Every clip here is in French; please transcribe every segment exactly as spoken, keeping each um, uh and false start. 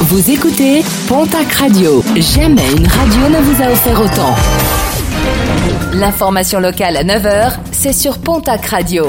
Vous écoutez Pontac Radio. Jamais une radio ne vous a offert autant. L'information locale à neuf heures, c'est sur Pontac Radio.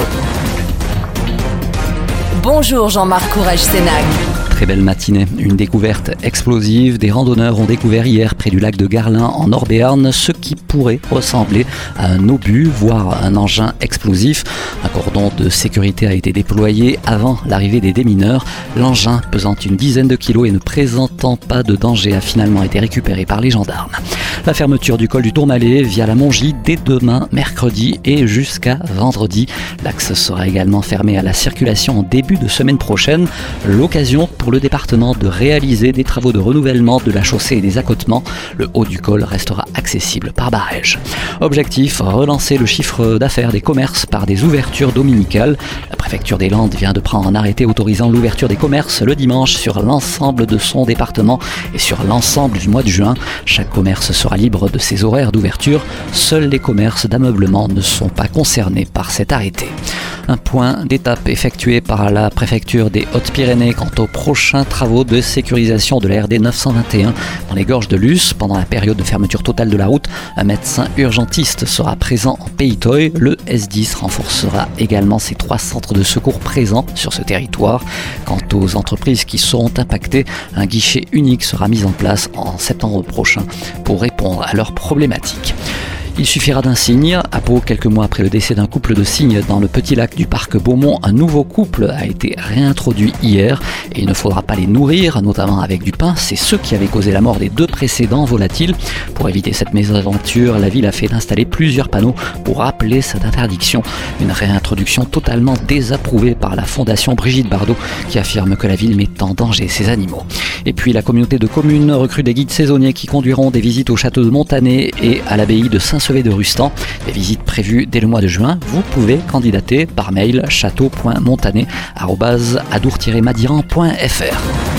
Bonjour Jean-Marc Courage-Sénac. Très belle matinée. Une découverte explosive. Des randonneurs ont découvert hier près du lac de Garlin en Nord-Béarn ce qui pourrait ressembler à un obus, voire un engin explosif. Un cordon de sécurité a été déployé avant l'arrivée des démineurs. L'engin, pesant une dizaine de kilos et ne présentant pas de danger, a finalement été récupéré par les gendarmes. La fermeture du col du Tourmalet via la Mongie dès demain, mercredi et jusqu'à vendredi. L'axe sera également fermé à la circulation en début de semaine prochaine. L'occasion pour le département de réaliser des travaux de renouvellement de la chaussée et des accotements. Le haut du col restera accessible par barège. Objectif, relancer le chiffre d'affaires des commerces par des ouvertures dominicales. La préfecture des Landes vient de prendre un arrêté autorisant l'ouverture des commerces le dimanche sur l'ensemble de son département et sur l'ensemble du mois de juin. Chaque commerce sera libre de ses horaires d'ouverture. Seuls les commerces d'ameublement ne sont pas concernés par cet arrêté. Un point d'étape effectué par la préfecture des Hautes-Pyrénées quant aux prochains travaux de sécurisation de la R D neuf cent vingt et un dans les gorges de Luce. Pendant la période de fermeture totale de la route, un médecin urgentiste sera présent en Pays Toy. Le S dix renforcera également ses trois centres de secours présents sur ce territoire. Quant aux entreprises qui seront impactées, un guichet unique sera mis en place en septembre prochain pour répondre à leurs problématiques. Il suffira d'un cygne. À Pau, quelques mois après le décès d'un couple de cygnes dans le petit lac du parc Beaumont, un nouveau couple a été réintroduit hier et il ne faudra pas les nourrir, notamment avec du pain. C'est ce qui avait causé la mort des deux précédents volatiles. Pour éviter cette mésaventure, la ville a fait installer plusieurs panneaux pour rappeler cette interdiction. Une réintroduction totalement désapprouvée par la fondation Brigitte Bardot qui affirme que la ville met en danger ses animaux. Et puis la communauté de communes recrute des guides saisonniers qui conduiront des visites au château de Montané et à l'abbaye de Saint-Sevé de Rustan. Des visites prévues dès le mois de juin. Vous pouvez candidater par mail château point montané arobase adour tiret madiran point f r.